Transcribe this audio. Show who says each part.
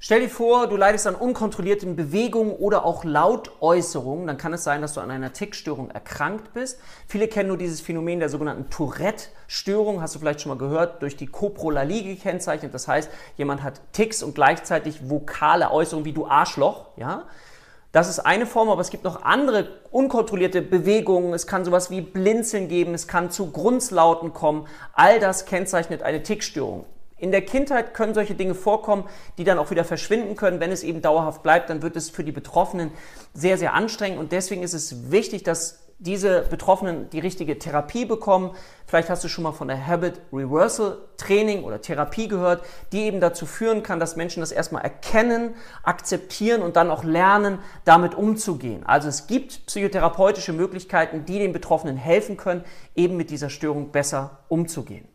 Speaker 1: Stell dir vor, du leidest an unkontrollierten Bewegungen oder auch Lautäußerungen. Dann kann es sein, dass du an einer Tickstörung erkrankt bist. Viele kennen nur dieses Phänomen der sogenannten Tourette-Störung. Hast du vielleicht schon mal gehört, durch die Koprolalie gekennzeichnet. Das heißt, jemand hat Ticks und gleichzeitig vokale Äußerungen wie du Arschloch. Ja? Das ist eine Form, aber es gibt noch andere unkontrollierte Bewegungen. Es kann sowas wie Blinzeln geben, es kann zu Grunzlauten kommen. All das kennzeichnet eine Tickstörung. In der Kindheit können solche Dinge vorkommen, die dann auch wieder verschwinden können. Wenn es eben dauerhaft bleibt, dann wird es für die Betroffenen sehr, sehr anstrengend. Und deswegen ist es wichtig, dass diese Betroffenen die richtige Therapie bekommen. Vielleicht hast du schon mal von der Habit Reversal Training oder Therapie gehört, die eben dazu führen kann, dass Menschen das erstmal erkennen, akzeptieren und dann auch lernen, damit umzugehen. Also es gibt psychotherapeutische Möglichkeiten, die den Betroffenen helfen können, eben mit dieser Störung besser umzugehen.